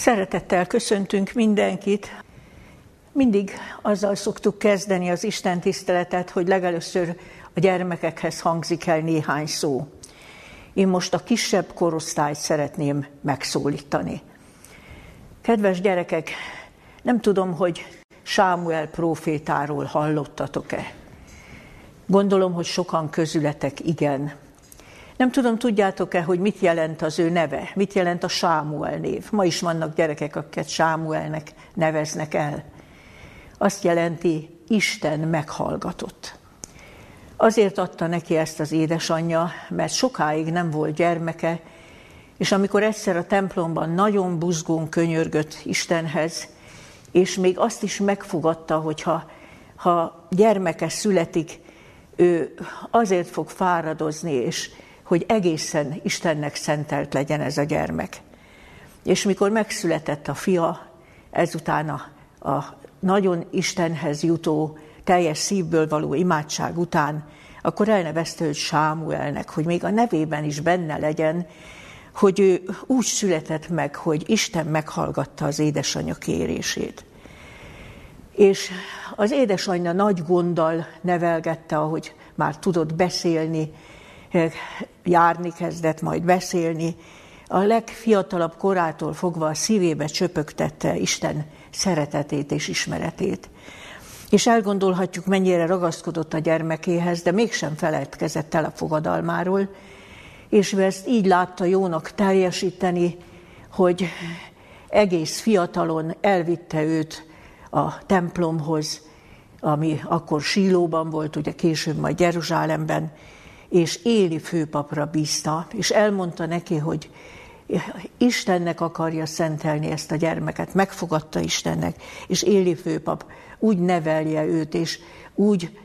Szeretettel köszöntünk mindenkit. Mindig azzal szoktuk kezdeni az Isten tiszteletet, hogy legelőször a gyermekekhez hangzik el néhány szó. Én most a kisebb korosztályt szeretném megszólítani. Kedves gyerekek, nem tudom, hogy Sámuel prófétáról hallottatok-e. Gondolom, hogy sokan közületek igen. Nem tudom, tudjátok-e, hogy mit jelent az ő neve, mit jelent a Sámuel név. Ma is vannak gyerekek, akiket Sámuelnek neveznek el. Azt jelenti, Isten meghallgatott. Azért adta neki ezt az édesanyja, mert sokáig nem volt gyermeke, és amikor egyszer a templomban nagyon buzgón könyörgött Istenhez, és még azt is megfogadta, hogy ha gyermeke születik, ő azért fog fáradozni, és hogy egészen Istennek szentelt legyen ez a gyermek. És mikor megszületett a fia, ezután a nagyon Istenhez jutó, teljes szívből való imádság után, akkor elnevezte őt Sámuelnek, hogy még a nevében is benne legyen, hogy ő úgy született meg, hogy Isten meghallgatta az édesanyja kérését. És az édesanyja nagy gonddal nevelgette, ahogy már tudott beszélni, járni kezdett, majd beszélni. A legfiatalabb korától fogva a szívébe csöpögtette Isten szeretetét és ismeretét. És elgondolhatjuk, mennyire ragaszkodott a gyermekéhez, de mégsem feledkezett el a fogadalmáról, és ő ezt így látta jónak teljesíteni, hogy egész fiatalon elvitte őt a templomhoz, ami akkor Sílóban volt, ugye később majd Jeruzsálemben, és Éli főpapra bízta, és elmondta neki, hogy Istennek akarja szentelni ezt a gyermeket, megfogadta Istennek, és Éli főpap úgy nevelje őt, és úgy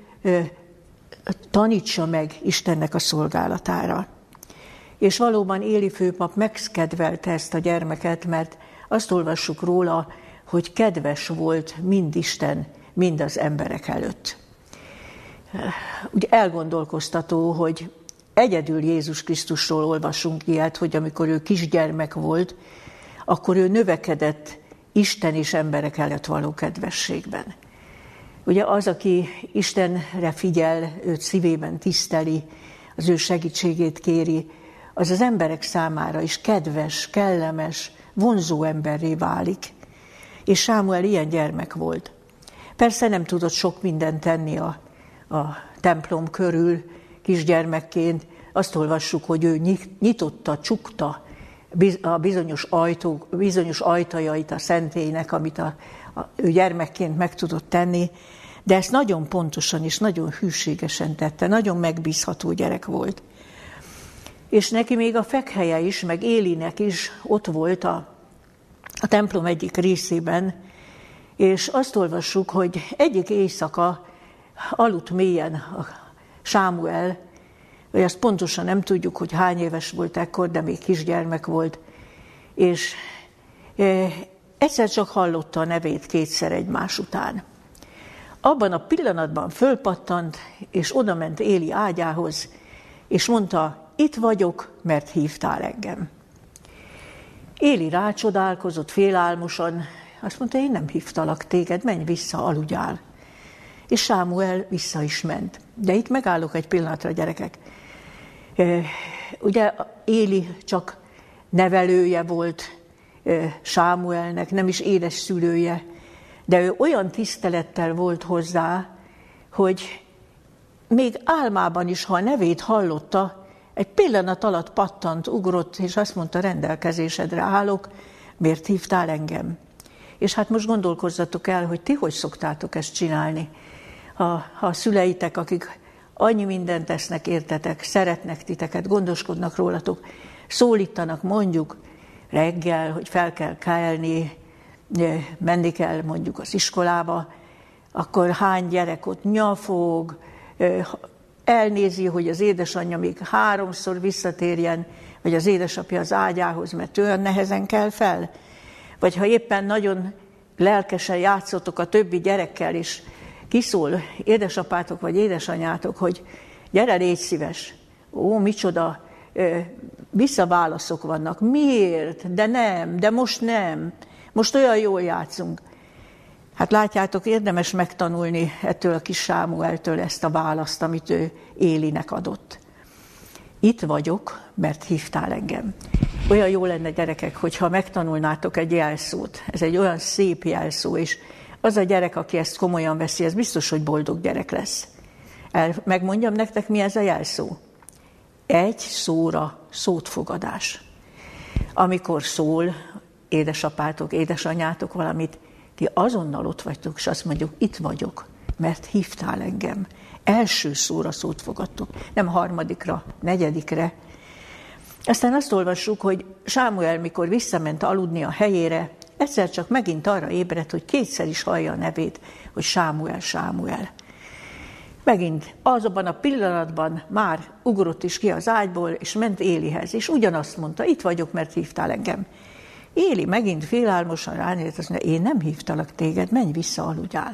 tanítsa meg Istennek a szolgálatára. És valóban Éli főpap megkedvelte ezt a gyermeket, mert azt olvassuk róla, hogy kedves volt mind Isten, mind az emberek előtt. Úgy elgondolkoztató, hogy egyedül Jézus Krisztusról olvasunk ilyet, hogy amikor ő kisgyermek volt, akkor ő növekedett Isten és emberek előtt való kedvességben. Ugye az, aki Istenre figyel, őt szívében tiszteli, az ő segítségét kéri, az az emberek számára is kedves, kellemes, vonzó emberré válik. És Sámuel ilyen gyermek volt. Persze nem tudott sok mindent tenni a templom körül kisgyermekként. Azt olvassuk, hogy ő nyitotta, csukta a bizonyos ajtajait a szentélynek, amit ő gyermekként meg tudott tenni, de ezt nagyon pontosan és nagyon hűségesen tette, nagyon megbízható gyerek volt. És neki még a fekhelye is, meg Élinek is ott volt a templom egyik részében, és azt olvassuk, hogy egyik éjszaka aludt mélyen a Sámuel, vagy azt pontosan nem tudjuk, hogy hány éves volt ekkor, de még kisgyermek volt, és egyszer csak hallotta a nevét kétszer egymás után. Abban a pillanatban fölpattant, és odament Éli ágyához, és mondta, itt vagyok, mert hívtál engem. Éli rácsodálkozott félálmosan, azt mondta, én nem hívtalak téged, menj vissza, aludjál. És Sámuel vissza is ment. De itt megállok egy pillanatra, gyerekek. Ugye Éli csak nevelője volt Sámuelnek, nem is édeszülője, de ő olyan tisztelettel volt hozzá, hogy még álmában is, ha a nevét hallotta, egy pillanat alatt pattant, ugrott, és azt mondta, rendelkezésedre állok, miért hívtál engem? És hát most gondolkozzatok el, hogy ti hogy szoktátok ezt csinálni. Ha a szüleitek, akik annyi mindent tesznek értetek, szeretnek titeket, gondoskodnak rólatok, szólítanak mondjuk reggel, hogy fel kell kelni, menni kell mondjuk az iskolába, akkor hány gyerek ott nyafog, elnézi, hogy az édesanyja még 3-szor visszatérjen, vagy az édesapja az ágyához, mert olyan nehezen kell fel. Vagy ha éppen nagyon lelkesen játszotok a többi gyerekkel, és kiszól édesapátok vagy édesanyátok, hogy gyere, légy szíves. Ó, micsoda visszaválaszok vannak. Miért? De nem, de most nem. Most olyan jól játszunk. Hát látjátok, érdemes megtanulni ettől a kis Sámueltől ezt a választ, amit ő Élinek adott. Itt vagyok, mert hívtál engem. Olyan jó lenne, gyerekek, hogyha megtanulnátok egy jelszót. Ez egy olyan szép jelszó, és az a gyerek, aki ezt komolyan veszi, ez biztos, hogy boldog gyerek lesz. Megmondjam nektek, mi ez a jelszó? Egy szóra szótfogadás. Amikor szól édesapátok, édesanyátok valamit, ti azonnal ott vagytok, és azt mondjuk, itt vagyok, mert hívtál engem. Első szóra szót fogadtok, nem harmadikra, negyedikre. Aztán azt olvassuk, hogy Sámuel, mikor visszament aludni a helyére, egyszer csak megint arra ébredt, hogy kétszer is hallja a nevét, hogy Sámuel, Sámuel. Megint azonban a pillanatban már ugrott is ki az ágyból, és ment Élihez, és ugyanazt mondta, itt vagyok, mert hívtál engem. Éli megint félálmosan ránézett, azt mondja, én nem hívtalak téged, menj vissza, aludjál.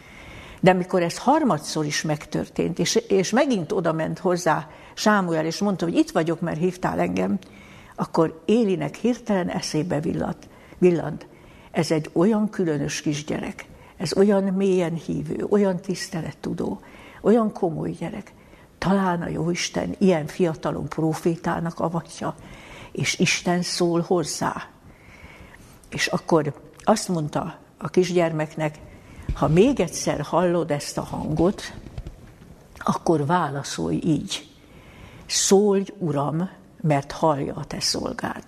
De amikor ez harmadszor is megtörtént, és megint oda ment hozzá Sámuel, és mondta, hogy itt vagyok, mert hívtál engem, akkor Élinek hirtelen eszébe villant. Ez egy olyan különös kisgyerek, ez olyan mélyen hívő, olyan tisztelettudó, olyan komoly gyerek. Talán a Jóisten ilyen fiatalon profétának avatja, és Isten szól hozzá. És akkor azt mondta a kisgyermeknek, ha még egyszer hallod ezt a hangot, akkor válaszolj így. Szólj, Uram, mert hallja a te szolgád.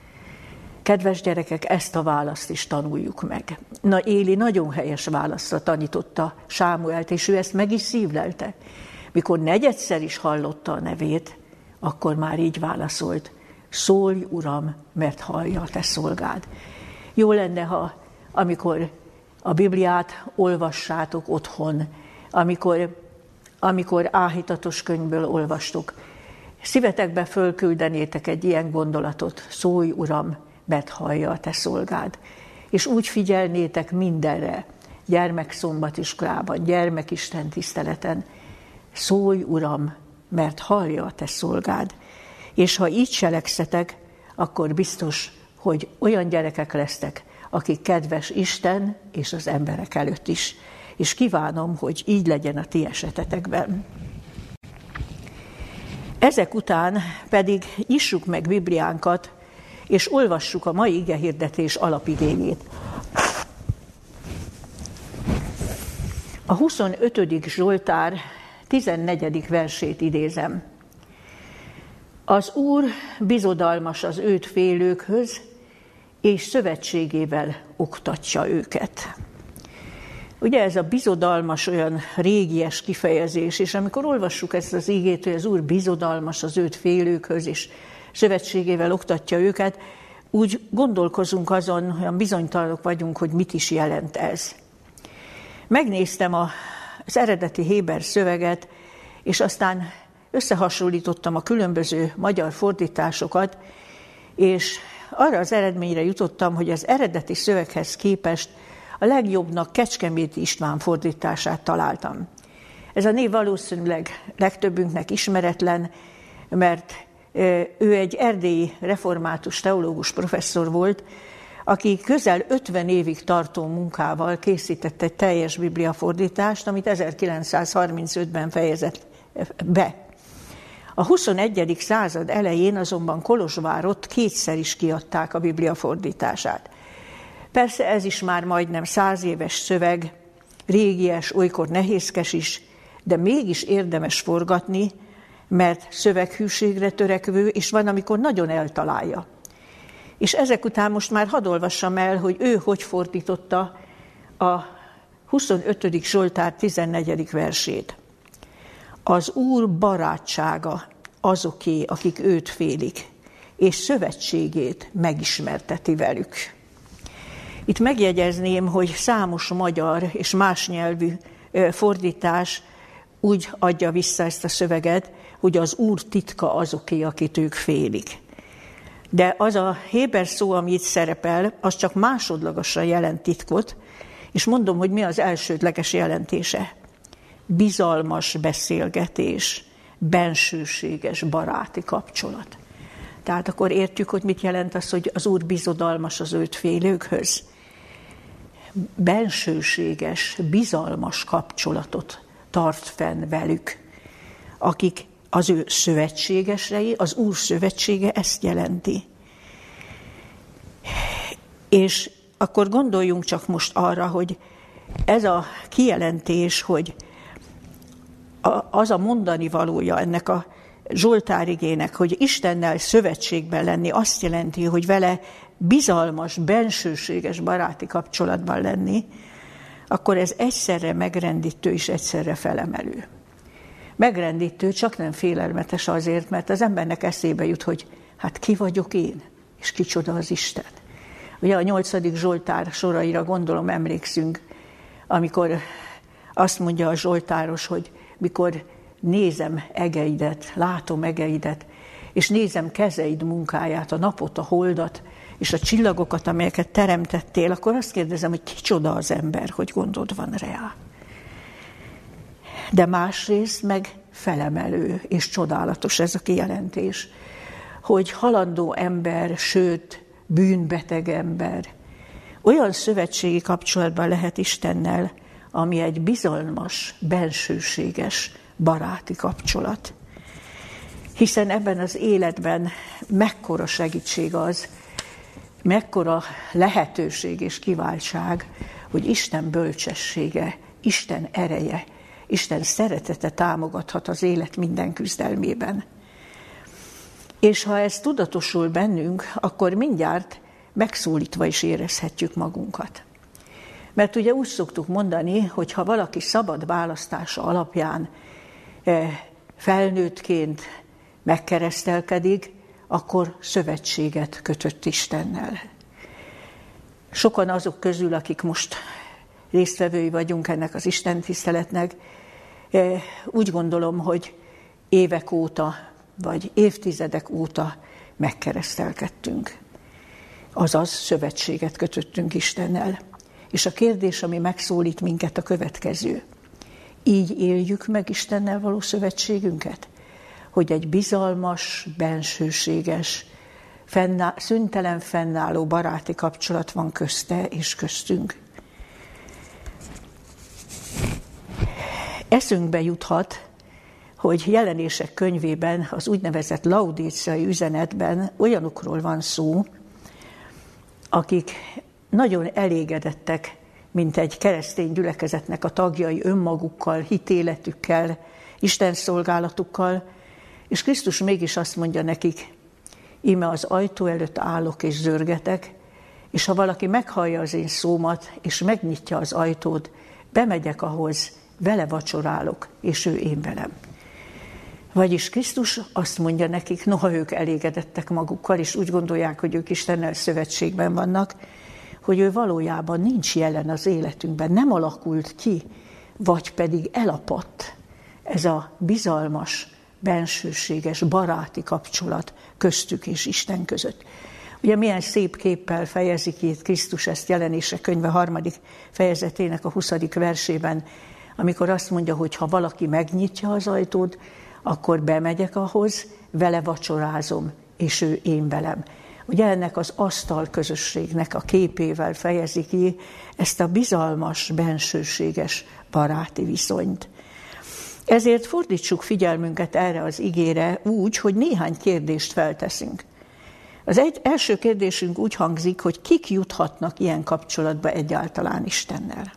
Kedves gyerekek, ezt a választ is tanuljuk meg. Na, Éli nagyon helyes válaszra tanította Sámuelt, és ő ezt meg is szívlelte. Mikor negyedszer is hallotta a nevét, akkor már így válaszolt. Szólj, Uram, mert hallja a te szolgád. Jó lenne, ha amikor a Bibliát olvassátok otthon, amikor áhítatos könyvből olvastok, szívetekbe fölküldenétek egy ilyen gondolatot, szólj, Uram, mert hallja a te szolgád. És úgy figyelnétek mindenre, gyermekszombatiskolában, gyermekisten tiszteleten, szólj, Uram, mert hallja a te szolgád. És ha így cselekszetek, akkor biztos, hogy olyan gyerekek lesztek, akik kedves Isten és az emberek előtt is. És kívánom, hogy így legyen a ti esetetekben. Ezek után pedig nyissuk meg Bibliánkat, és olvassuk a mai igehirdetés alapigényét. A 25. Zsoltár 14. versét idézem. Az Úr bizodalmas az őt félőkhöz, és szövetségével oktatja őket. Ugye ez a bizodalmas olyan régies kifejezés, és amikor olvassuk ezt az igét, hogy az Úr bizodalmas az őt félőkhöz, és szövetségével oktatja őket, úgy gondolkozunk azon, olyan bizonytalanok vagyunk, hogy mit is jelent ez. Megnéztem az eredeti héber szöveget, és aztán összehasonlítottam a különböző magyar fordításokat, és arra az eredményre jutottam, hogy az eredeti szöveghez képest a legjobbnak Kecskeméti István fordítását találtam. Ez a név valószínűleg legtöbbünknek ismeretlen, mert ő egy erdélyi református teológus professzor volt, aki közel 50 évig tartó munkával készített egy teljes bibliafordítást, amit 1935-ben fejezett be. A 21. század elején azonban Kolozsvárott kétszer is kiadták a Biblia fordítását. Persze ez is már majdnem 100 éves szöveg, régies, olykor nehézkes is, de mégis érdemes forgatni, mert szöveghűségre törekvő, és van, amikor nagyon eltalálja. És ezek után most már hadd olvassam el, hogy ő hogy fordította a 25. Zsoltár 14. versét. Az Úr barátsága azoké, akik őt félik, és szövetségét megismerteti velük. Itt megjegyezném, hogy számos magyar és más nyelvű fordítás úgy adja vissza ezt a szöveget, hogy az Úr titka azoké, akit ők félik. De az a héber szó, ami itt szerepel, az csak másodlagosan jelent titkot, és mondom, hogy mi az elsődleges jelentése. Bizalmas beszélgetés, bensőséges baráti kapcsolat. Tehát akkor értjük, hogy mit jelent az, hogy az Úr bizodalmas az őt félőkhöz. Bensőséges, bizalmas kapcsolatot tart fenn velük, akik az ő szövetségesei, az Úr szövetsége ezt jelenti. És akkor gondoljunk csak most arra, hogy ez a kijelentés, hogy az a mondani valója ennek a Zsoltárigének, hogy Istennel szövetségben lenni, azt jelenti, hogy vele bizalmas, bensőséges, baráti kapcsolatban lenni, akkor ez egyszerre megrendítő és egyszerre felemelő. Megrendítő, csak nem félelmetes azért, mert az embernek eszébe jut, hogy hát ki vagyok én, és kicsoda az Isten. Ugye a 8. Zsoltár soraira gondolom emlékszünk, amikor azt mondja a zsoltáros, hogy mikor nézem egeidet, látom egeidet, és nézem kezeid munkáját, a napot, a holdat, és a csillagokat, amelyeket teremtettél, akkor azt kérdezem, hogy kicsoda az ember, hogy gondod van rá. De másrészt meg felemelő és csodálatos ez a kijelentés, hogy halandó ember, sőt, bűnbeteg ember olyan szövetségi kapcsolatban lehet Istennel, ami egy bizalmas, bensőséges, baráti kapcsolat. Hiszen ebben az életben mekkora segítség az, mekkora lehetőség és kiváltság, hogy Isten bölcsessége, Isten ereje, Isten szeretete támogathat az élet minden küzdelmében. És ha ez tudatosul bennünk, akkor mindjárt megszólítva is érezhetjük magunkat. Mert ugye úgy szoktuk mondani, hogy ha valaki szabad választása alapján felnőttként megkeresztelkedik, akkor szövetséget kötött Istennel. Sokan azok közül, akik most résztvevői vagyunk ennek az istentiszteletnek, úgy gondolom, hogy évek óta, vagy évtizedek óta megkeresztelkedtünk. Azaz szövetséget kötöttünk Istennel. És a kérdés, ami megszólít minket, a következő. Így éljük meg Istennel való szövetségünket? Hogy egy bizalmas, bensőséges, szüntelen fennálló baráti kapcsolat van közte és köztünk. Eszünkbe juthat, hogy Jelenések könyvében, az úgynevezett laudíciai üzenetben olyanokról van szó, akik nagyon elégedettek, mint egy keresztény gyülekezetnek a tagjai önmagukkal, hitéletükkel, Isten szolgálatukkal, és Krisztus mégis azt mondja nekik, íme az ajtó előtt állok és zörgetek, és ha valaki meghallja az én szómat, és megnyitja az ajtót, bemegyek ahhoz, vele vacsorálok, és ő én velem. Vagyis Krisztus azt mondja nekik, noha ők elégedettek magukkal, és úgy gondolják, hogy ők Istennel szövetségben vannak, hogy ő valójában nincs jelen az életünkben, nem alakult ki, vagy pedig elapadt ez a bizalmas, bensőséges, baráti kapcsolat köztük és Isten között. Ugye milyen szép képpel fejezi ki itt Krisztus ezt Jelenések könyve 3. fejezetének a 20. versében, amikor azt mondja, hogy ha valaki megnyitja az ajtót, akkor bemegyek ahhoz, vele vacsorázom, és ő én velem. Ugye ennek az asztal közösségnek a képével fejezi ki ezt a bizalmas, bensőséges, baráti viszonyt. Ezért fordítsuk figyelmünket erre az igére úgy, hogy néhány kérdést felteszünk. Az első kérdésünk úgy hangzik, hogy kik juthatnak ilyen kapcsolatba egyáltalán Istennel.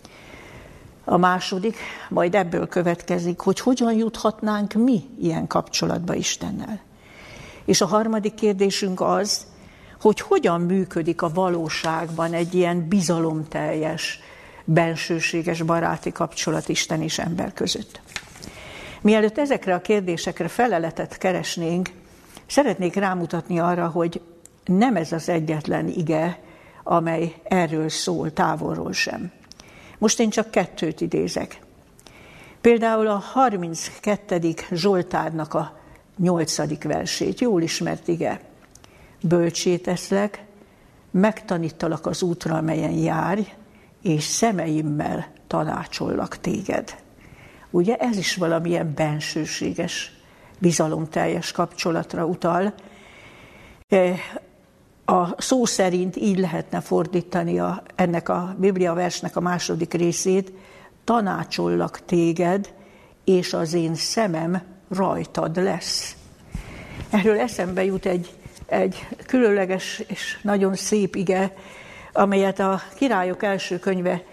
A második, majd ebből következik, hogy hogyan juthatnánk mi ilyen kapcsolatba Istennel. És a harmadik kérdésünk az, hogy hogyan működik a valóságban egy ilyen bizalomteljes, bensőséges, baráti kapcsolat Isten és ember között. Mielőtt ezekre a kérdésekre feleletet keresnénk, szeretnék rámutatni arra, hogy nem ez az egyetlen ige, amely erről szól, távolról sem. Most én csak 2 idézek. Például a 32. Zsoltárnak a 8. versét, jól ismert ige. Bölcsé teszlek, megtanítalak az útra, amelyen járj, és szemeimmel tanácsollak téged. Ugye ez is valamilyen bensőséges, bizalomteljes kapcsolatra utal, A szó szerint így lehetne fordítani ennek a Biblia versnek a második részét: tanácsollak téged, és az én szemem rajtad lesz. Erről eszembe jut egy különleges és nagyon szép ige, amelyet a Királyok első könyve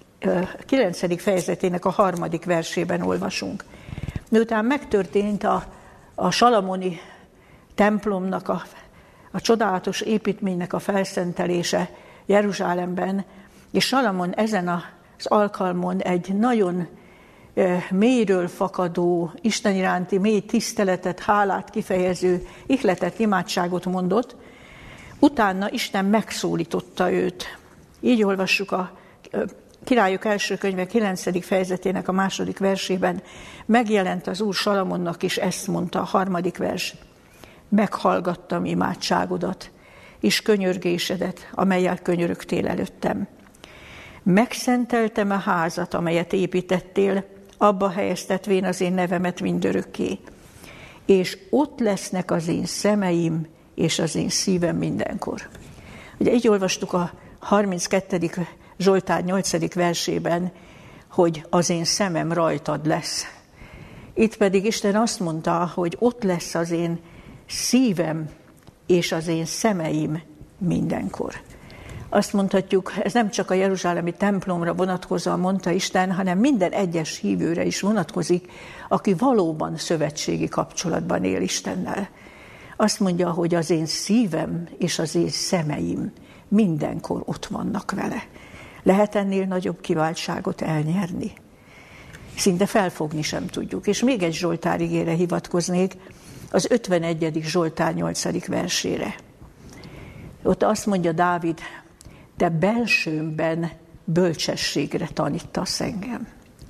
9. fejezetének a 3. versében olvasunk. Miután megtörtént a salamoni templomnak, a csodálatos építménynek a felszentelése Jeruzsálemben, és Salamon ezen az alkalmon egy nagyon mélyről fakadó, Isten iránti mély tiszteletet, hálát kifejező ihletett imádságot mondott, utána Isten megszólította őt. Így olvassuk a Királyok első könyve 9. fejezetének a 2. versében. Megjelent az Úr Salamonnak, és ezt mondta, a 3. vers: meghallgattam imádságodat, és könyörgésedet, amellyel könyörögtél előttem. Megszenteltem a házat, amelyet építettél, abba helyeztetvén az én nevemet mindörökké, és ott lesznek az én szemeim, és az én szívem mindenkor. Ugye így olvastuk a 32. Zsoltár 8. versében, hogy az én szemem rajtad lesz. Itt pedig Isten azt mondta, hogy ott lesz az én szívem és az én szemeim mindenkor. Azt mondhatjuk, ez nem csak a jeruzsálemi templomra vonatkozóan mondta Isten, hanem minden egyes hívőre is vonatkozik, aki valóban szövetségi kapcsolatban él Istennel. Azt mondja, hogy az én szívem és az én szemeim mindenkor ott vannak vele. Lehet ennél nagyobb kiváltságot elnyerni? Szinte felfogni sem tudjuk. És még egy Zsoltár igére hivatkoznék, az 51. Zsoltár 8. versére. Ott azt mondja Dávid: te belsőmben bölcsességre tanítasz engem.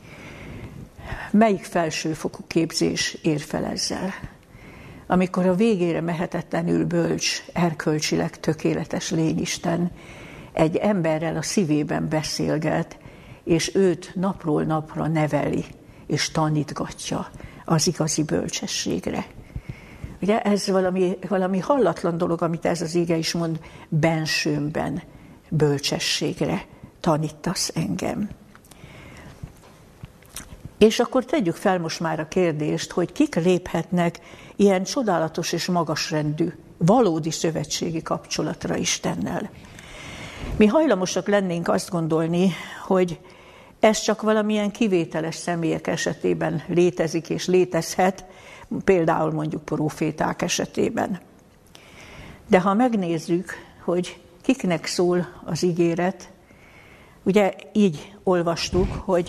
Melyik felsőfokú képzés ér fel ezzel? Amikor a végére mehetetlenül bölcs, erkölcsileg tökéletes lényisten egy emberrel a szívében beszélget, és őt napról napra neveli, és tanítgatja az igazi bölcsességre. Ugye ez valami hallatlan dolog, amit ez az ige is mond: bensőmben bölcsességre tanítasz engem. És akkor tegyük fel most már a kérdést, hogy kik léphetnek ilyen csodálatos és magasrendű, valódi szövetségi kapcsolatra Istennel. Mi hajlamosak lennénk azt gondolni, hogy ez csak valamilyen kivételes személyek esetében létezik és létezhet, például mondjuk próféták esetében. De ha megnézzük, hogy kiknek szól az ígéret, ugye így olvastuk,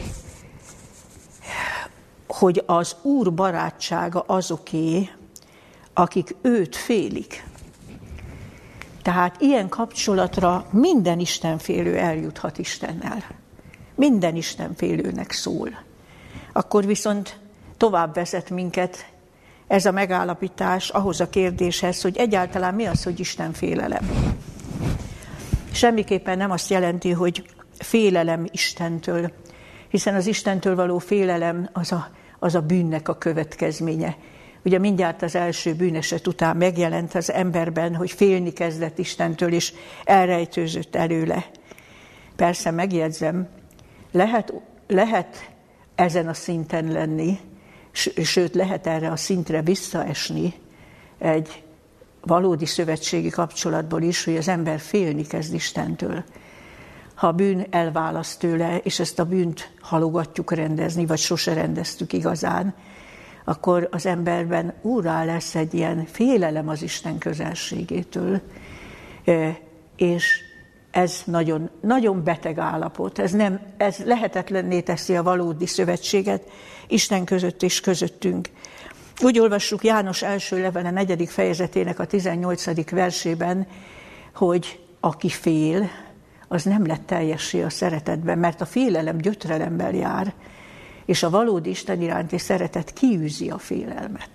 hogy az Úr barátsága azoké, akik őt félik. Tehát ilyen kapcsolatra minden istenfélő eljuthat Istennel. Minden istenfélőnek szól. Akkor viszont tovább vezet minket ez a megállapítás ahhoz a kérdéshez, hogy egyáltalán mi az, hogy istenfélelem. Semmiképpen nem azt jelenti, hogy félelem Istentől, hiszen az Istentől való félelem az a bűnnek a következménye. Ugye mindjárt az első bűneset után megjelent az emberben, hogy félni kezdett Istentől, és elrejtőzött előle. Persze megjegyzem, lehet ezen a szinten lenni, sőt lehet erre a szintre visszaesni egy valódi szövetségi kapcsolatból is, hogy az ember félni kezd Istentől. Ha a bűn elválaszt tőle, és ezt a bűnt halogatjuk rendezni, vagy sose rendeztük igazán, akkor az emberben úrrá lesz egy ilyen félelem az Isten közelségétől, és ez nagyon, nagyon beteg állapot. Ez lehetetlenné teszi a valódi szövetséget Isten között és közöttünk. Úgy olvassuk János első levele 4. fejezetének a 18. versében, hogy aki fél, az nem lett teljessé a szeretetben, mert a félelem gyötrelemmel jár, és a valódi Isten iránti szeretet kiűzi a félelmet.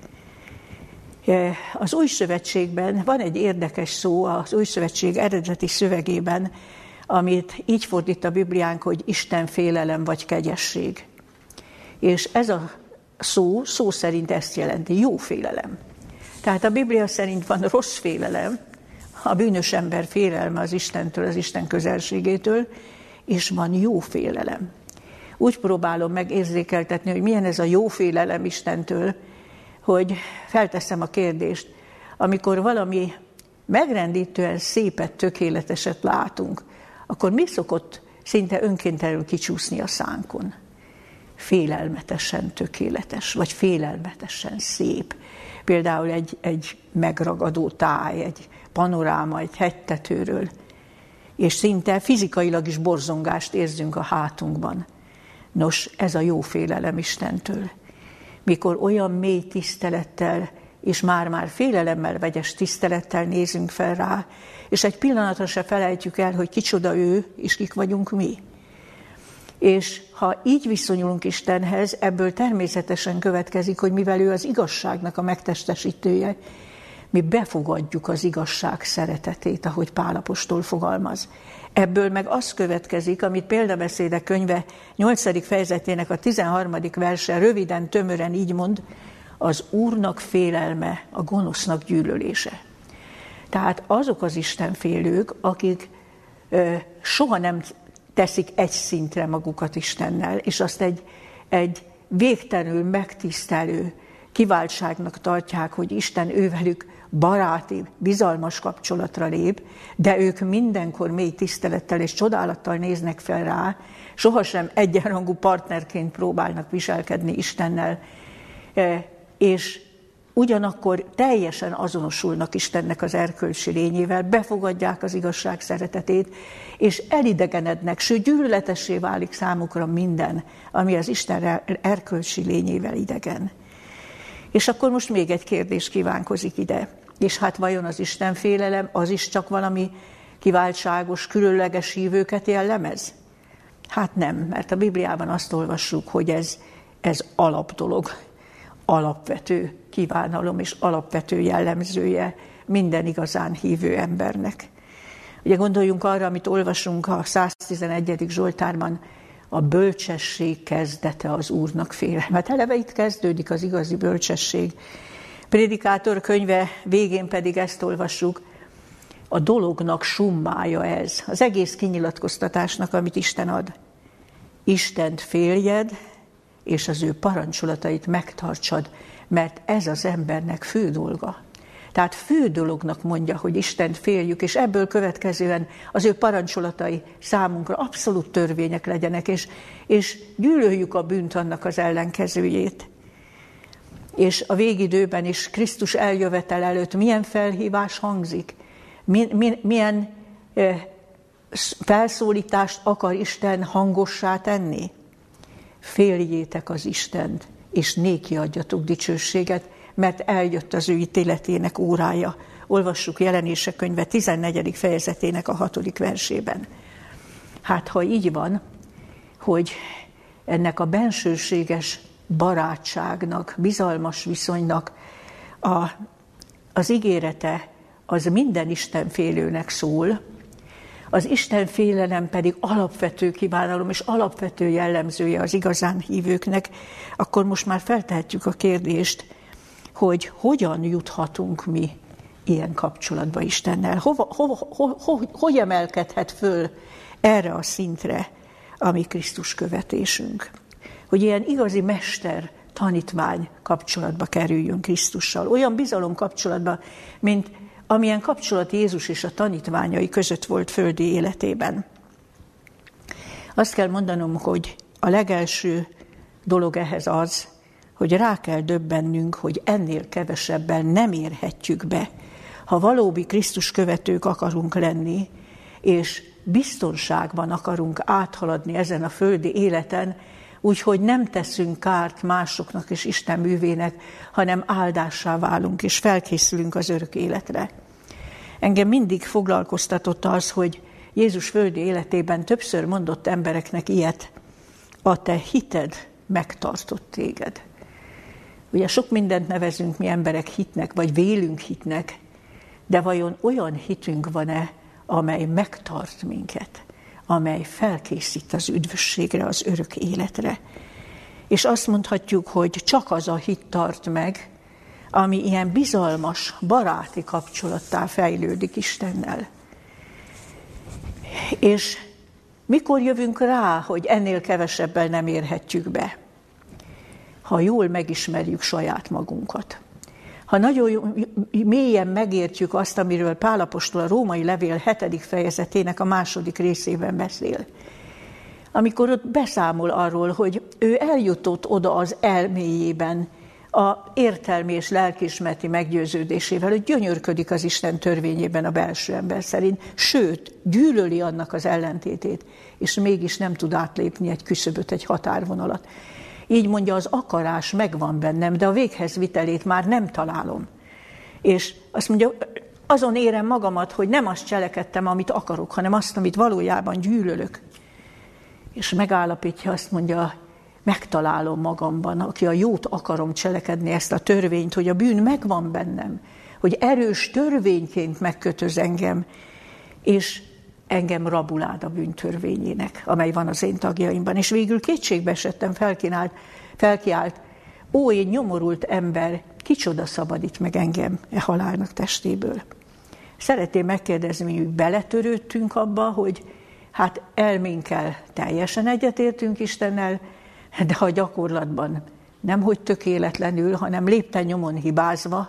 Az Új Szövetségben van egy érdekes szó, az Új Szövetség eredeti szövegében, amit így fordít a Bibliánk, hogy Isten félelem vagy kegyesség. És ez a szó szerint ezt jelenti, jó félelem. Tehát a Biblia szerint van rossz félelem, a bűnös ember félelme az Istentől, az Isten közelségétől, és van jó félelem. Úgy próbálom megérzékeltetni, hogy milyen ez a jó félelem Istentől, hogy felteszem a kérdést, amikor valami megrendítően szépet, tökéleteset látunk, akkor mi szokott szinte önkéntelenül kicsúszni a szánkon? Félelmetesen tökéletes, vagy félelmetesen szép. Például egy megragadó táj, egy panoráma, egy hegytetőről, és szinte fizikailag is borzongást érzünk a hátunkban. Nos, ez a jó félelem Istentől. Mikor olyan mély tisztelettel, és már-már félelemmel vegyes tisztelettel nézünk fel rá, és egy pillanatra se felejtjük el, hogy kicsoda ő, és kik vagyunk mi. És ha így viszonyulunk Istenhez, ebből természetesen következik, hogy mivel ő az igazságnak a megtestesítője, mi befogadjuk az igazság szeretetét, ahogy Pál apostol fogalmaz. Ebből meg az következik, amit Példabeszédek könyve 8. fejezetének a 13. verse röviden, tömören így mond, az Úrnak félelme, a gonosznak gyűlölése. Tehát azok az istenfélők, akik soha nem teszik egy szintre magukat Istennel, és azt egy végtelenül megtisztelő kiváltságnak tartják, hogy Isten ővelük baráti, bizalmas kapcsolatra lép, de ők mindenkor mély tisztelettel és csodálattal néznek fel rá, sohasem egyenrangú partnerként próbálnak viselkedni Istennel, és ugyanakkor teljesen azonosulnak Istennek az erkölcsi lényével, befogadják az igazság szeretetét, és elidegenednek, sőt gyűlöletessé válik számukra minden, ami az Isten erkölcsi lényével idegen. És akkor most még egy kérdés kívánkozik ide. És hát vajon az istenfélelem az is csak valami kiváltságos, különleges hívőket jellemez? Hát nem, mert a Bibliában azt olvassuk, hogy ez alapdolog, alapvető kívánalom és alapvető jellemzője minden igazán hívő embernek. Ugye gondoljunk arra, amit olvasunk a 111. Zsoltárban, a bölcsesség kezdete az Úrnak félelmet. Eleve itt kezdődik az igazi bölcsesség. Prédikátor könyve végén pedig ezt olvassuk, a dolognak summája ez, az egész kinyilatkoztatásnak, amit Isten ad. Istent féljed, és az ő parancsolatait megtartsad, mert ez az embernek fő dolga. Tehát fő dolognak mondja, hogy Istent féljük, és ebből következően az ő parancsolatai számunkra abszolút törvények legyenek, és gyűlöljük a bűnt, annak az ellenkezőjét. És a végidőben is Krisztus eljövetel előtt milyen felhívás hangzik, milyen felszólítást akar Isten hangossá tenni. Féljétek az Istent, és néki adjatok dicsőséget, mert eljött az ő ítéletének órája. Olvassuk Jelenések könyve 14. fejezetének a 6. versében. Hát ha így van, hogy ennek a bensőséges barátságnak, bizalmas viszonynak az ígérete az minden istenfélőnek szól, az istenfélelem pedig alapvető kívánalom és alapvető jellemzője az igazán hívőknek, akkor most már feltehetjük a kérdést, hogy hogyan juthatunk mi ilyen kapcsolatba Istennel. Hogy emelkedhet föl erre a szintre a mi Krisztus követésünk? Hogy ilyen igazi mester-tanítvány kapcsolatba kerüljünk Krisztussal. Olyan bizalom kapcsolatba, mint amilyen kapcsolat Jézus és a tanítványai között volt földi életében. Azt kell mondanom, hogy a legelső dolog ehhez az, hogy rá kell döbbennünk, hogy ennél kevesebben nem érhetjük be, ha valódi Krisztus követők akarunk lenni, és biztonságban akarunk áthaladni ezen a földi életen, úgyhogy nem teszünk kárt másoknak és Isten művének, hanem áldássá válunk, és felkészülünk az örök életre. Engem mindig foglalkoztatott az, hogy Jézus földi életében többször mondott embereknek ilyet, a te hited megtartott téged. Ugye sok mindent nevezünk mi emberek hitnek, vagy vélünk hitnek, de vajon olyan hitünk van-e, amely megtart minket, amely felkészít az üdvösségre, az örök életre. És azt mondhatjuk, hogy csak az a hit tart meg, ami ilyen bizalmas, baráti kapcsolattá fejlődik Istennel. És mikor jövünk rá, hogy ennél kevesebbel nem érhetjük be? Ha jól megismerjük saját magunkat. Ha nagyon mélyen megértjük azt, amiről Pál apostol a Római Levél 7. fejezetének a 2. részében beszél. Amikor ott beszámol arról, hogy ő eljutott oda az elméjében, a értelmi és lelkiismereti meggyőződésével, hogy gyönyörködik az Isten törvényében a belső ember szerint, sőt, gyűlöli annak az ellentétét, és mégis nem tud átlépni egy küszöböt, egy határvonalat. Így mondja, az akarás megvan bennem, de a véghez vitelét már nem találom. És azt mondja, azon érem magamat, hogy nem azt cselekedtem, amit akarok, hanem azt, amit valójában gyűlölök. És megállapítja, azt mondja, megtalálom magamban, aki a jót akarom cselekedni, ezt a törvényt, hogy a bűn megvan bennem, hogy erős törvényként megkötöz engem, és engem rabulád a bűn törvényének, amely van az én tagjaimban. És végül kétségbe esettem, felkiált, ó, én nyomorult ember, kicsoda szabadít meg engem e halálnak testéből. Szeretném megkérdezni, hogy beletörődtünk abba, hogy hát elménkkel teljesen egyetértünk Istennel, de ha gyakorlatban nem hogy tökéletlenül, hanem lépten nyomon hibázva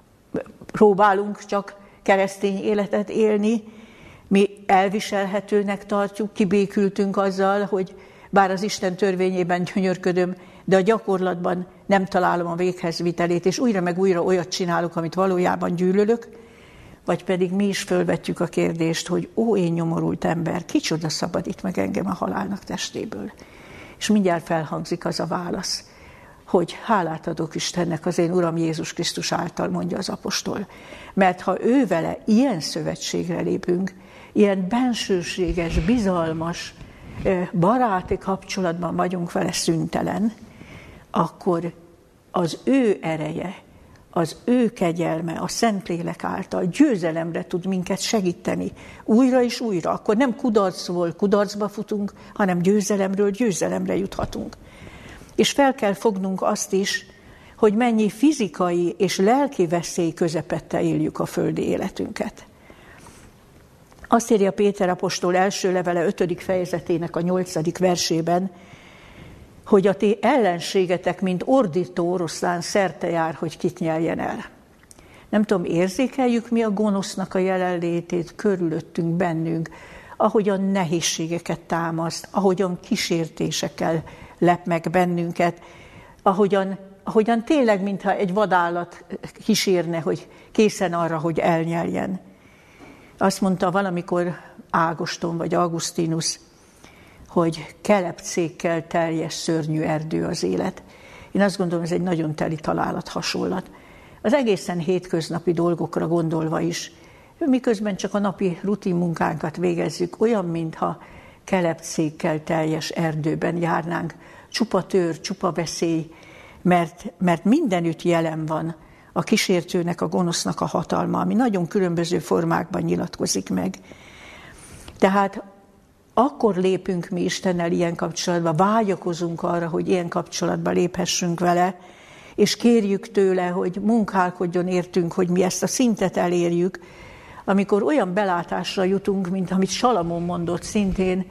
próbálunk csak keresztény életet élni, mi elviselhetőnek tartjuk, kibékültünk azzal, hogy bár az Isten törvényében gyönyörködöm, de a gyakorlatban nem találom a véghez vitelét, és újra meg újra olyat csinálok, amit valójában gyűlölök, vagy pedig mi is fölvetjük a kérdést, hogy ó, én nyomorult ember, kicsoda szabadít meg engem a halálnak testéből. És mindjárt felhangzik az a válasz, hogy hálát adok Istennek az én Uram Jézus Krisztus által, mondja az apostol. Mert ha ő vele ilyen szövetségre lépünk, ilyen bensőséges, bizalmas, baráti kapcsolatban vagyunk vele szüntelen, akkor az ő ereje, az ő kegyelme, a Szentlélek által győzelemre tud minket segíteni újra és újra. Akkor nem kudarcból kudarcba futunk, hanem győzelemről győzelemre juthatunk. És fel kell fognunk azt is, hogy mennyi fizikai és lelki veszély közepette éljük a földi életünket. Azt írja Péter apostol első levele 5. fejezetének a 8. versében, hogy a ti ellenségetek, mint ordító oroszlán szerte jár, hogy kit nyeljen el. Nem tudom, érzékeljük mi a gonosznak a jelenlétét körülöttünk, bennünk, ahogyan nehézségeket támaszt, ahogyan kísértésekkel lep meg bennünket, ahogyan tényleg, mintha egy vadállat kísérne, hogy készen arra, hogy elnyeljen. Azt mondta valamikor Ágoston vagy Augustinus, hogy kelepcékkel teljes szörnyű erdő az élet. Én azt gondolom, ez egy nagyon teli találat hasonlat. Az egészen hétköznapi dolgokra gondolva is, miközben csak a napi rutin munkánkat végezzük, olyan, mintha kelepcékkel teljes erdőben járnánk, csupa tőr, csupa veszély, mert mindenütt jelen van a kísértőnek, a gonosznak a hatalma, ami nagyon különböző formákban nyilatkozik meg. Tehát akkor lépünk mi Istennel ilyen kapcsolatba, vágyakozunk arra, hogy ilyen kapcsolatba léphessünk vele, és kérjük tőle, hogy munkálkodjon értünk, hogy mi ezt a szintet elérjük, amikor olyan belátásra jutunk, mint amit Salamon mondott szintén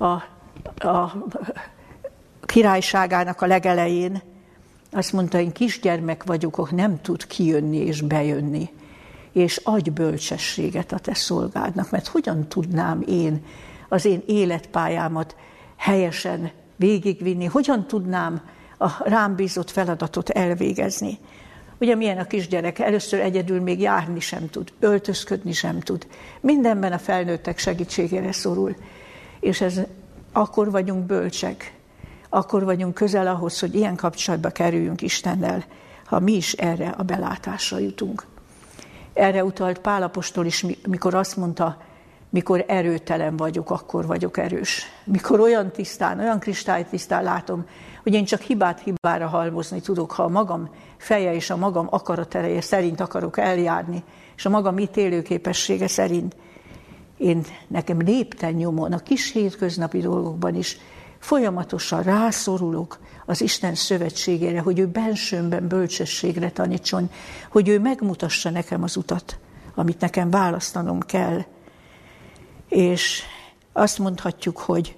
a királyságának a legelején. Azt mondta, én kisgyermek vagyok, nem tud kijönni és bejönni, és adj bölcsességet a te szolgádnak, mert hogyan tudnám én az én életpályámat helyesen végigvinni, hogyan tudnám a rám bízott feladatot elvégezni. Ugye milyen a kisgyerek, először egyedül még járni sem tud, öltözködni sem tud. Mindenben a felnőttek segítségére szorul. És akkor vagyunk bölcsek, akkor vagyunk közel ahhoz, hogy ilyen kapcsolatba kerüljünk Istennel, ha mi is erre a belátásra jutunk. Erre utalt Pál apostol is, mikor azt mondta, mikor erőtelen vagyok, akkor vagyok erős. Mikor olyan tisztán, olyan kristálytisztán látom, hogy én csak hibára halmozni tudok, ha a magam feje és a magam akaratereje szerint akarok eljárni, és a magam ítélőképessége szerint nekem lépten nyomon, a kis hétköznapi dolgokban is Folyamatosan rászorulok az Isten szövetségére, hogy ő bensőmben bölcsességre tanítson, hogy ő megmutassa nekem az utat, amit nekem választanom kell. És azt mondhatjuk, hogy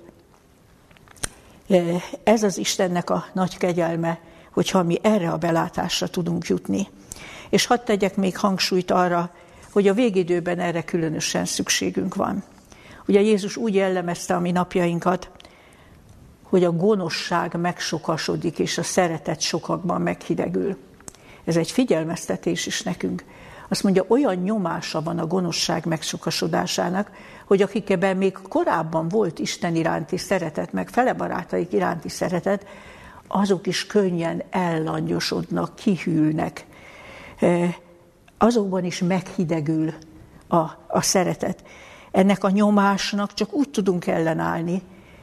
ez az Istennek a nagy kegyelme, hogyha mi erre a belátásra tudunk jutni. És hadd tegyek még hangsúlyt arra, hogy a végidőben erre különösen szükségünk van. Ugye Jézus úgy jellemezte a mi napjainkat, hogy a gonoszság megsokasodik, és a szeretet sokakban meghidegül. Ez egy figyelmeztetés is nekünk. Azt mondja, olyan nyomása van a gonoszság megsokasodásának, hogy akikben még korábban volt Isten iránti szeretet, meg felebarátaik iránti szeretet, azok is könnyen ellangyosodnak, kihűlnek. Azokban is meghidegül a szeretet. Ennek a nyomásnak csak úgy tudunk ellenállni,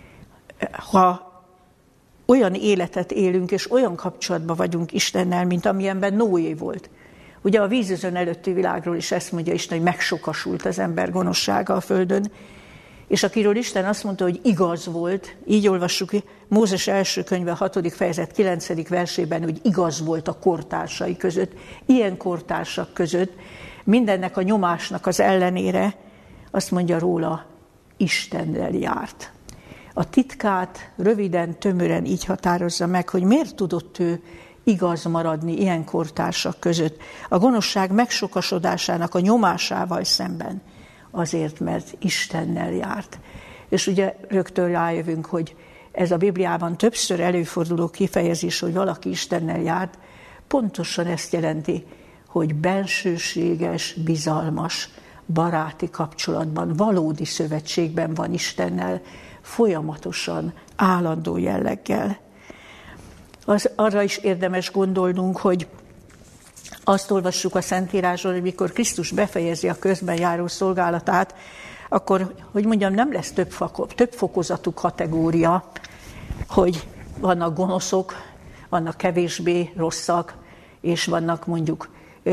ha olyan életet élünk, és olyan kapcsolatban vagyunk Istennel, mint amilyenben Noé volt. Ugye a vízözön előtti világról is ezt mondja Isten, hogy megsokasult az ember gonoszsága a földön, és akiről Isten azt mondta, hogy igaz volt, így olvassuk Mózes első könyve 6. fejezet 9. versében, hogy igaz volt a kortársai között, ilyen kortársak között, mindennek a nyomásnak az ellenére, azt mondja róla, Istennel járt. A titkát röviden, tömören így határozza meg, hogy miért tudott ő igaz maradni ilyen kortársak között, a gonoszság megsokasodásának a nyomásával szemben, azért, mert Istennel járt. És ugye rögtön rájövünk, hogy ez a Bibliában többször előforduló kifejezés, hogy valaki Istennel járt, pontosan ezt jelenti, hogy bensőséges, bizalmas, baráti kapcsolatban, valódi szövetségben van Istennel, folyamatosan, állandó jelleggel. Arra is érdemes gondolnunk, hogy azt olvassuk a Szentírásról, hogy mikor Krisztus befejezi a közben járó szolgálatát, akkor, hogy mondjam, nem lesz több fokozatú kategória, hogy vannak gonoszok, vannak kevésbé rosszak, és vannak mondjuk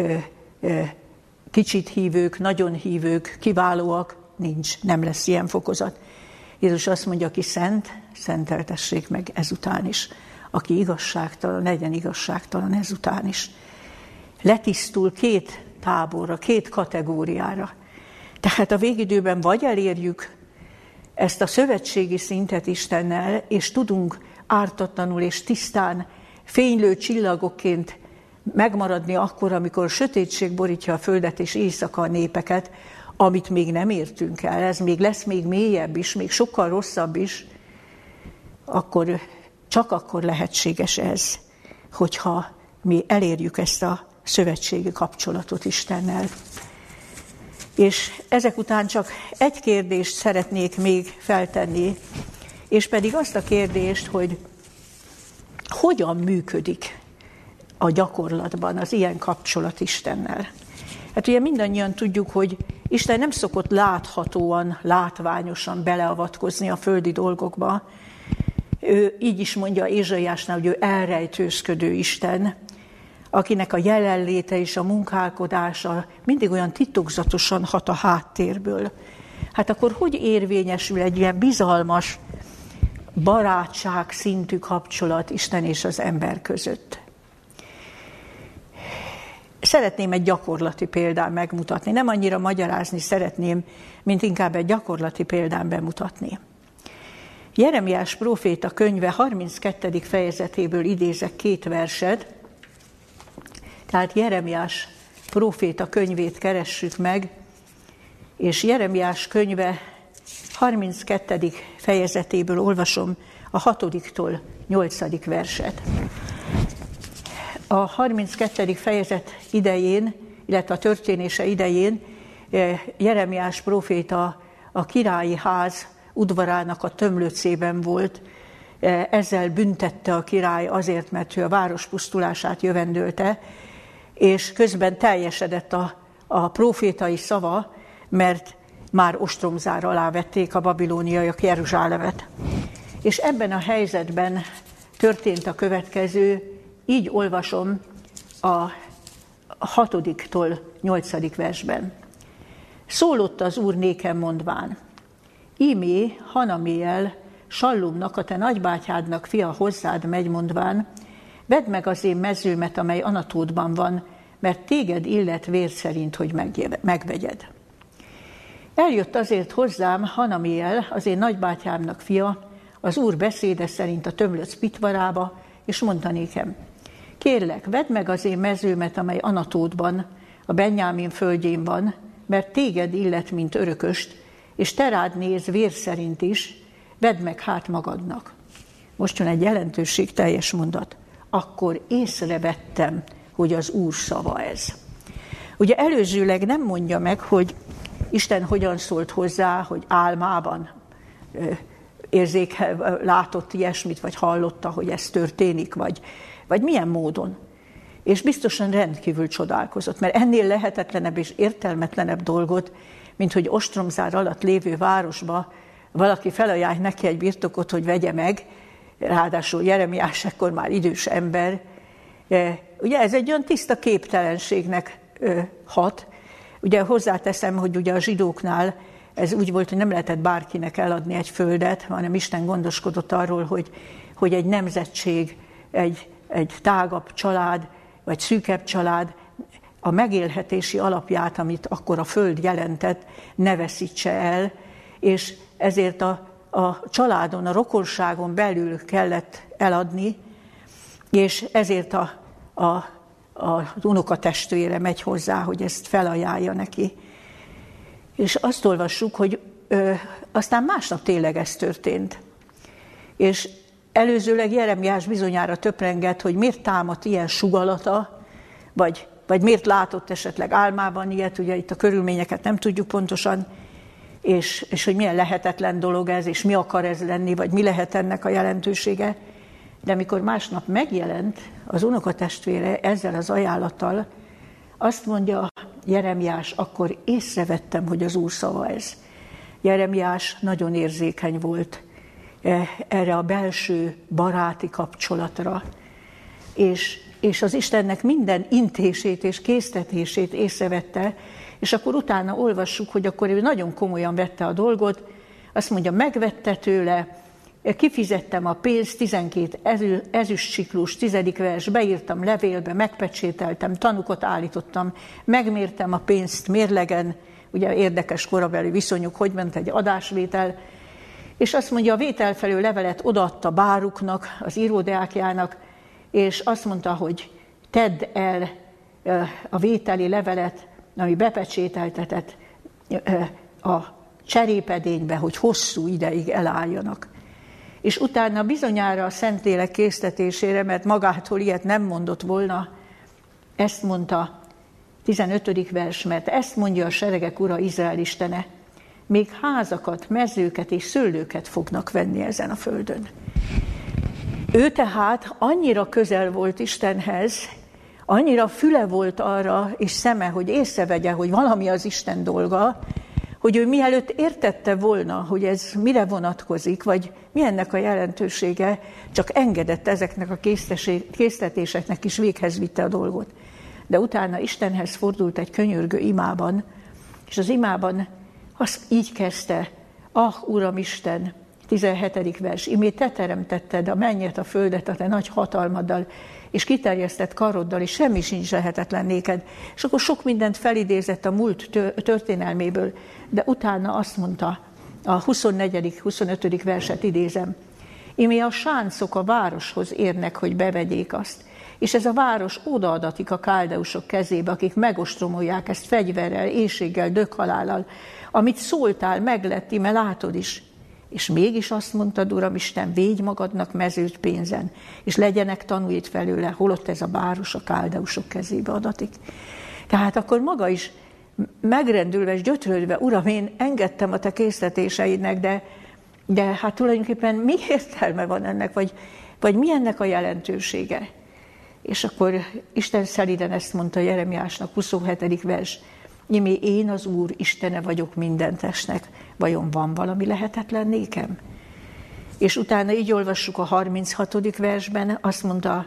kicsit hívők, nagyon hívők, kiválóak, nem lesz ilyen fokozat. Jézus azt mondja, aki szent, szenteltessék meg ezután is. Aki igazságtalan, legyen igazságtalan ezután is. Letisztul két táborra, két kategóriára. Tehát a végidőben vagy elérjük ezt a szövetségi szintet Istennel, és tudunk ártatlanul és tisztán fénylő csillagokként megmaradni akkor, amikor sötétség borítja a földet és éjszaka a népeket, amit még nem értünk el, ez még lesz még mélyebb is, még sokkal rosszabb is, akkor csak akkor lehetséges ez, hogyha mi elérjük ezt a szövetségi kapcsolatot Istennel. És ezek után csak egy kérdést szeretnék még feltenni, és pedig azt a kérdést, hogy hogyan működik a gyakorlatban az ilyen kapcsolat Istennel. Hát ugye mindannyian tudjuk, hogy Isten nem szokott láthatóan, látványosan beleavatkozni a földi dolgokba. Ő így is mondja Ézsaiásnál, hogy ő elrejtőzködő Isten, akinek a jelenléte és a munkálkodása mindig olyan titokzatosan hat a háttérből. Hát akkor hogy érvényesül egy ilyen bizalmas, barátság szintű kapcsolat Isten és az ember között? Szeretném egy gyakorlati példán megmutatni. Nem annyira magyarázni szeretném, mint inkább egy gyakorlati példán bemutatni. Jeremiás próféta könyve 32. fejezetéből idézek 2 verset, tehát Jeremiás próféta könyvét keressük meg, és Jeremiás könyve 32. fejezetéből olvasom a 6-tól 8. verset. A 32. fejezet idején, illetve a történése idején Jeremiás próféta a királyi ház udvarának a tömlöcében volt, ezzel büntette a király azért, mert ő a város pusztulását jövendölte, és közben teljesedett a prófétai szava, mert már ostromzár alá vették a babilóniaiak Jeruzsálemet. És ebben a helyzetben történt a következő, így olvasom a 6-tól 8. versben. Szólott az Úr nékem mondván, ímé Hanaméel Sallumnak, a te nagybátyádnak fia hozzád megy, mondván, vedd meg az én mezőmet, amely Anatótban van, mert téged illet vér szerint, hogy megvegyed. Eljött azért hozzám Hanamiel, az én nagybátyámnak fia, az Úr beszéde szerint a tömlöc pitvarába, és mondta nékem, kérlek, vedd meg az én mezőmet, amely Anatótban, a Benjámin földjén van, mert téged illet, mint örököst, és te rád néz vér szerint is, vedd meg hát magadnak. Most jön egy jelentőségteljes mondat. Akkor észrevettem, hogy az Úr szava ez. Ugye előzőleg nem mondja meg, hogy Isten hogyan szólt hozzá, hogy álmában látott ilyesmit, vagy hallotta, hogy ez történik, vagy milyen módon. És biztosan rendkívül csodálkozott, mert ennél lehetetlenebb és értelmetlenebb dolgot, mint hogy ostromzár alatt lévő városba valaki felajánl neki egy birtokot, hogy vegye meg, ráadásul Jeremiás ekkor már idős ember. Ugye ez egy olyan tiszta képtelenségnek hat. Ugye hozzáteszem, hogy ugye a zsidóknál ez úgy volt, hogy nem lehetett bárkinek eladni egy földet, hanem Isten gondoskodott arról, hogy egy nemzetség, egy tágabb család, vagy szűkebb család a megélhetési alapját, amit akkor a föld jelentett, ne veszítse el, és ezért a családon, a rokonságon belül kellett eladni, és ezért az unokatestvére megy hozzá, hogy ezt felajánlja neki. És azt olvassuk, hogy aztán másnap tényleg ez történt. És előzőleg Jeremiás bizonyára töprengett, hogy miért támadt ilyen sugallata, vagy miért látott esetleg álmában ilyet, ugye itt a körülményeket nem tudjuk pontosan, és hogy milyen lehetetlen dolog ez, és mi akar ez lenni, vagy mi lehet ennek a jelentősége. De amikor másnap megjelent az unokatestvére ezzel az ajánlattal, azt mondja Jeremiás, akkor észrevettem, hogy az Úr szava ez. Jeremiás nagyon érzékeny volt erre a belső baráti kapcsolatra, és az Istennek minden intését és késztetését észrevette, és akkor utána olvassuk, hogy akkor ő nagyon komolyan vette a dolgot, azt mondja, megvette tőle, kifizettem a pénzt, 12 ezüstsiklus, 10. vers, beírtam levélbe, megpecsételtem, tanukot állítottam, megmértem a pénzt mérlegen, ugye érdekes korabeli viszonyuk, hogy ment egy adásvétel, és azt mondja, a vételfelő levelet odaadta Báruknak, az íródeákjának, és azt mondta, hogy tedd el a vételi levelet, ami bepecsételtetett a cserépedénybe, hogy hosszú ideig elálljanak. És utána bizonyára a Szentlélek késztetésére, mert magától ilyet nem mondott volna, ezt mondta, 15. vers, mert ezt mondja a seregek Ura, Izrael Istene, még házakat, mezőket és szőlőket fognak venni ezen a földön. Ő tehát annyira közel volt Istenhez, annyira füle volt arra, és szeme, hogy észrevegye, hogy valami az Isten dolga, hogy ő mielőtt értette volna, hogy ez mire vonatkozik, vagy mi ennek a jelentősége, csak engedett ezeknek a késztetéseknek is véghez vitte a dolgot. De utána Istenhez fordult egy könyörgő imában, és az imában azt így kezdte, Uram Isten, 17. vers, imé te teremtetted a mennyet, a földet a te nagy hatalmaddal, és kiterjesztett karoddal, és semmi sincs lehetetlen néked. És akkor sok mindent felidézett a múlt történelméből, de utána azt mondta, a 24., 25. verset idézem, imé a sáncok a városhoz érnek, hogy bevegyék azt, és ez a város odaadatik a káldeusok kezébe, akik megostromolják ezt fegyverrel, éhséggel, dökhalállal, amit szóltál, meglett, ime látod is. És mégis azt mondtad, Uram Isten, védj magadnak mezőt pénzen, és legyenek tanúid felőle, holott ez a város a káldeusok kezébe adatik. Tehát akkor maga is megrendülve és gyötrődve, Uram, én engedtem a te késztetéseidnek, de hát tulajdonképpen mi értelme van ennek, vagy mi ennek a jelentősége? És akkor Isten szelíden ezt mondta Jeremiásnak, 27. vers, imé én az Úr Istene vagyok minden testnek, vajon van valami lehetetlen nékem? És utána így olvassuk a 36. versben, azt mondta,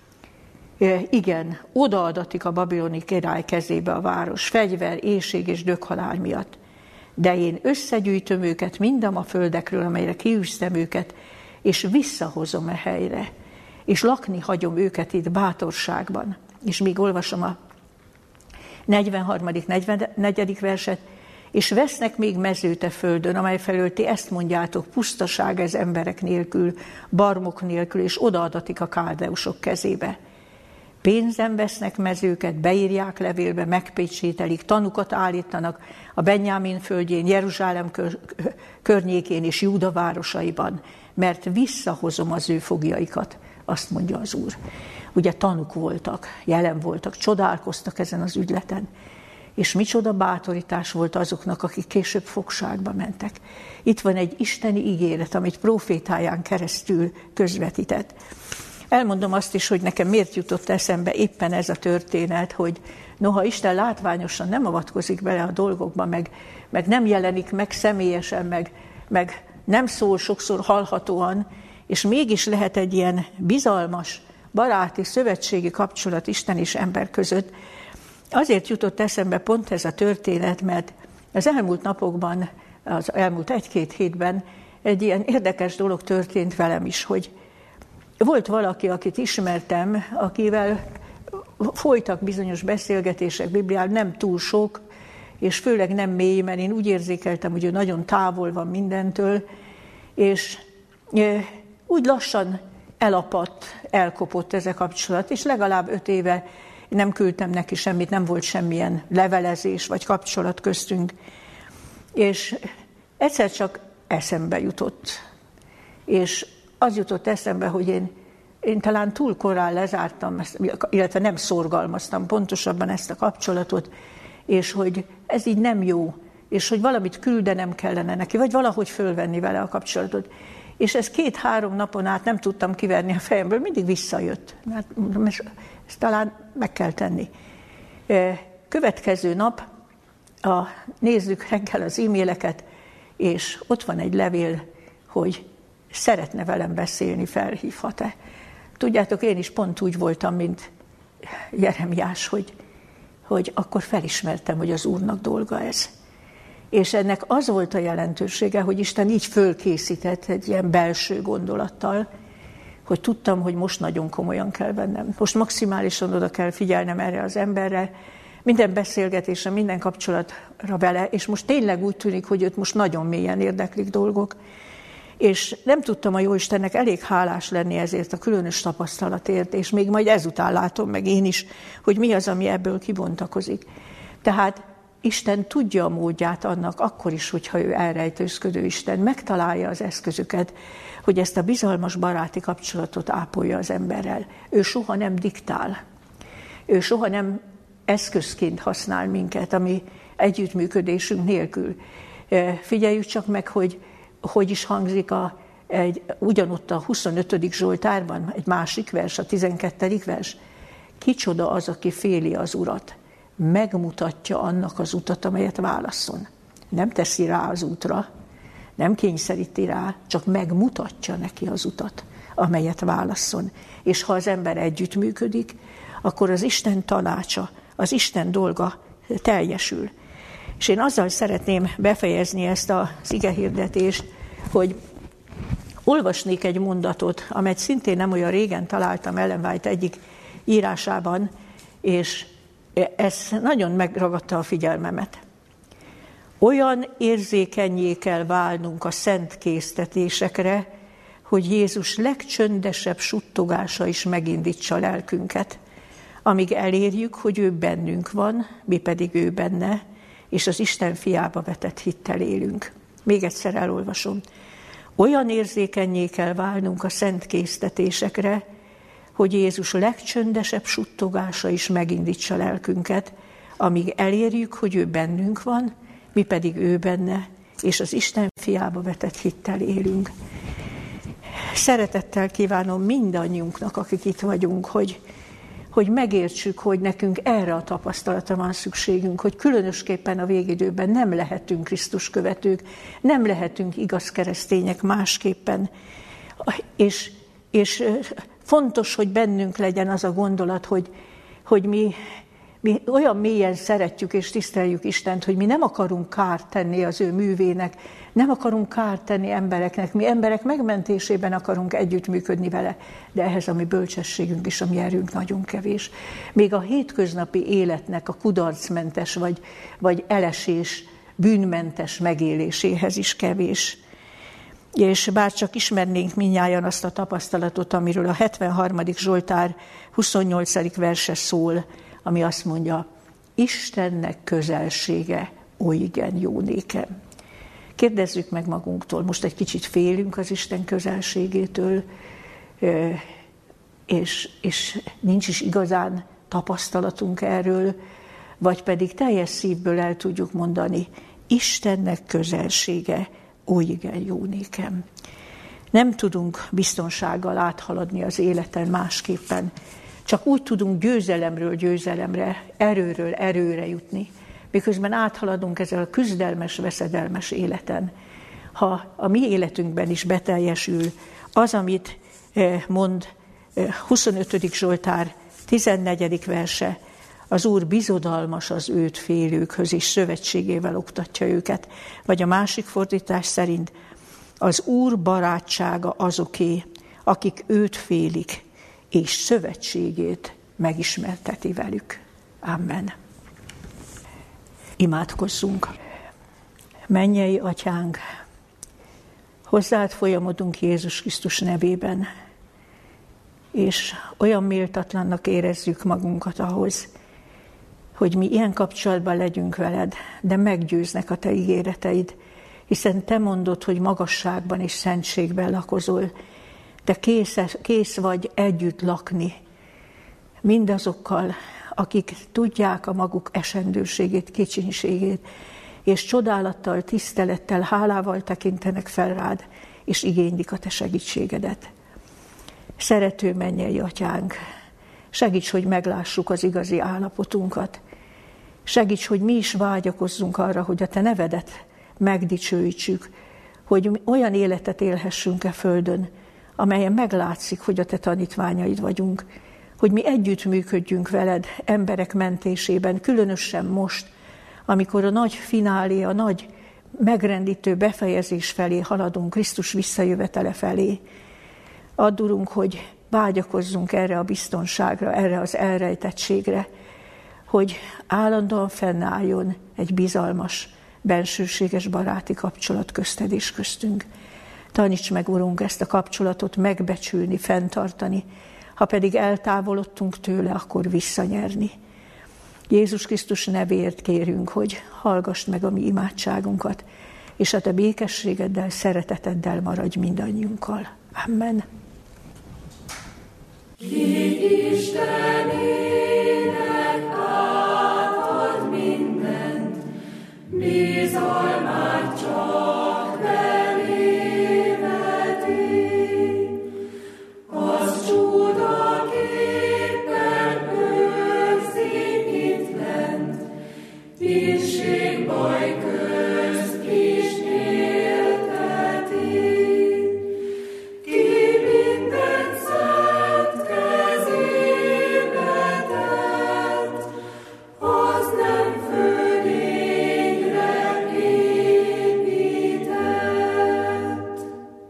igen, odaadatik a babiloni király kezébe a város, fegyver, éhség és dökhalál miatt. De én összegyűjtöm őket mindam a földekről, amelyre kiűztem őket, és visszahozom a helyre, és lakni hagyom őket itt bátorságban. És még olvasom a 43.-44. verset, és vesznek még mezőt a földön, amely felől ti ezt mondjátok, pusztaság ez emberek nélkül, barmok nélkül, és odaadatik a káldeusok kezébe. Pénzen vesznek mezőket, beírják levélbe, megpécsételik, tanukat állítanak a Benjámin földjén, Jeruzsálem környékén és Júda városaiban, mert visszahozom az ő foglyaikat, azt mondja az Úr. Ugye tanúk voltak, jelen voltak, csodálkoztak ezen az ügyleten. És micsoda bátorítás volt azoknak, akik később fogságba mentek. Itt van egy isteni ígéret, amit prófétáján keresztül közvetített. Elmondom azt is, hogy nekem miért jutott eszembe éppen ez a történet, hogy noha Isten látványosan nem avatkozik bele a dolgokba, meg nem jelenik meg személyesen, meg nem szól sokszor hallhatóan, és mégis lehet egy ilyen bizalmas, baráti, szövetségi kapcsolat Isten és ember között. Azért jutott eszembe pont ez a történet, mert az elmúlt napokban, az elmúlt 1-2 hétben egy ilyen érdekes dolog történt velem is, hogy volt valaki, akit ismertem, akivel folytak bizonyos beszélgetések Bibliáról, nem túl sok, és főleg nem mély, mert én úgy érzékeltem, hogy ő nagyon távol van mindentől, és úgy lassan elapadt, elkopott ez a kapcsolat, és legalább 5 éve nem küldtem neki semmit, nem volt semmilyen levelezés vagy kapcsolat köztünk. És egyszer csak eszembe jutott. És az jutott eszembe, hogy én talán túl korán lezártam, illetve nem szorgalmaztam pontosabban ezt a kapcsolatot, és hogy ez így nem jó, és hogy valamit küldenem kellene neki, vagy valahogy fölvenni vele a kapcsolatot. És ez 2-3 napon át nem tudtam kiverni a fejemből, mindig visszajött. Mert ezt talán meg kell tenni. Következő nap nézzük reggel az e-maileket, és ott van egy levél, hogy szeretne velem beszélni, felhívhat-e. Tudjátok, én is pont úgy voltam, mint Jeremiás, hogy akkor felismertem, hogy az Úrnak dolga ez. És ennek az volt a jelentősége, hogy Isten így fölkészített egy ilyen belső gondolattal, hogy tudtam, hogy most nagyon komolyan kell vennem. Most maximálisan oda kell figyelnem erre az emberre, minden beszélgetésre, minden kapcsolatra vele, és most tényleg úgy tűnik, hogy őt most nagyon mélyen érdeklik dolgok. És nem tudtam a Jóistennek elég hálás lenni ezért a különös tapasztalatért, és még majd ezután látom meg én is, hogy mi az, ami ebből kibontakozik. Tehát Isten tudja a módját annak, akkor is, hogyha ő elrejtőzködő Isten, megtalálja az eszközöket, hogy ezt a bizalmas baráti kapcsolatot ápolja az emberrel. Ő soha nem diktál. Ő soha nem eszközként használ minket, ami együttműködésünk nélkül. Figyeljük csak meg, hogy is hangzik ugyanott a 25. Zsoltárban, egy másik vers, a 12. vers. Kicsoda az, aki féli az Urat, megmutatja annak az utat, amelyet válasszon. Nem teszi rá az útra, nem kényszeríti rá, csak megmutatja neki az utat, amelyet válasszon. És ha az ember együttműködik, akkor az Isten tanácsa, az Isten dolga teljesül. És én azzal szeretném befejezni ezt az igehirdetést, hogy olvasnék egy mondatot, amelyet szintén nem olyan régen találtam Ellen White egyik írásában, és ez nagyon megragadta a figyelmemet. Olyan érzékennyé kell válnunk a szent késztetésekre, hogy Jézus legcsöndesebb suttogása is megindítsa lelkünket, amíg elérjük, hogy ő bennünk van, mi pedig ő benne, és az Isten fiába vetett hittel élünk. Még egyszer elolvasom. Olyan érzékennyé kell válnunk a szent késztetésekre, hogy Jézus legcsöndesebb suttogása is megindítsa lelkünket, amíg elérjük, hogy ő bennünk van, mi pedig ő benne, és az Isten fiába vetett hittel élünk. Szeretettel kívánom mindannyiunknak, akik itt vagyunk, hogy megértsük, hogy nekünk erre a tapasztalatra van szükségünk, hogy különösképpen a végidőben nem lehetünk Krisztus követők, nem lehetünk igaz keresztények másképpen. És fontos, hogy bennünk legyen az a gondolat, hogy mi Mi olyan mélyen szeretjük és tiszteljük Istent, hogy mi nem akarunk kárt tenni az ő művének, nem akarunk kárt tenni embereknek, mi emberek megmentésében akarunk együttműködni vele, de ehhez a mi bölcsességünk és a mi erőnk nagyon kevés. Még a hétköznapi életnek a kudarcmentes vagy elesés, bűnmentes megéléséhez is kevés. És bár csak ismernénk mindnyájan azt a tapasztalatot, amiről a 73. Zsoltár 28. verse szól, ami azt mondja, Istennek közelsége oly igen jó nékem. Kérdezzük meg magunktól, most egy kicsit félünk az Isten közelségétől, és nincs is igazán tapasztalatunk erről, vagy pedig teljes szívből el tudjuk mondani, Istennek közelsége oly igen jó nékem. Nem tudunk biztonsággal áthaladni az életen másképpen, csak úgy tudunk győzelemről győzelemre, erőről erőre jutni, miközben áthaladunk ezzel a küzdelmes, veszedelmes életen. Ha a mi életünkben is beteljesül az, amit mond 25. Zsoltár 14. verse, az Úr bizodalmas az őt félőkhöz, és szövetségével oktatja őket. Vagy a másik fordítás szerint, az Úr barátsága azoké, akik őt félik, és szövetségét megismerteti velük. Amen. Imádkozzunk. Mennyei Atyánk, hozzád folyamodunk Jézus Krisztus nevében, és olyan méltatlannak érezzük magunkat ahhoz, hogy mi ilyen kapcsolatban legyünk veled, de meggyőznek a te ígéreteid, hiszen te mondod, hogy magasságban és szentségben lakozol, te kész vagy együtt lakni mindazokkal, akik tudják a maguk esendőségét, kicsinségét, és csodálattal, tisztelettel, hálával tekintenek fel rád, és igénylik a te segítségedet. Szerető mennyei Atyánk, segíts, hogy meglássuk az igazi állapotunkat. Segíts, hogy mi is vágyakozzunk arra, hogy a te nevedet megdicsőítsük, hogy olyan életet élhessünk e földön, amelyen meglátszik, hogy a te tanítványaid vagyunk, hogy mi együttműködjünk veled emberek mentésében, különösen most, amikor a nagy finálé, a nagy megrendítő befejezés felé haladunk, Krisztus visszajövetele felé. Add, Urunk, hogy vágyakozzunk erre a biztonságra, erre az elrejtettségre, hogy állandóan fennálljon egy bizalmas, bensőséges baráti kapcsolat közted és köztünk. Taníts meg, Urunk, ezt a kapcsolatot megbecsülni, fenntartani, ha pedig eltávolodtunk tőle, akkor visszanyerni. Jézus Krisztus nevéért kérünk, hogy hallgass meg a mi imádságunkat, és a te békességeddel, szereteteddel maradj mindannyiunkkal. Amen. Ki Istenének átad mindent, bizalmát csak belé veti, az csodaképpen őrzi itt lent, tisztség baj közt is élteti. Ki mindent szent kezébe tett, az nem fölényre épített.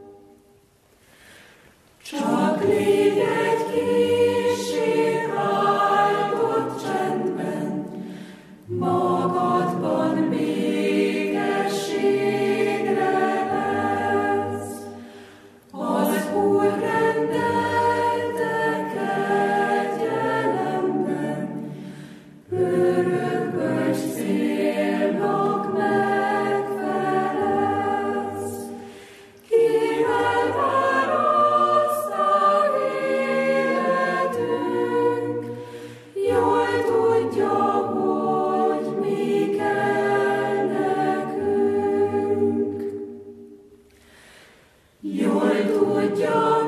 Csak légy egy kissé áldott csendben, magadban békességre lesz. Az Úr rendelte kegyelemben, örökös célnak megfelelsz. Kivel választál életünk, jól tudja, hogy mi kell nekünk. Jól tudja,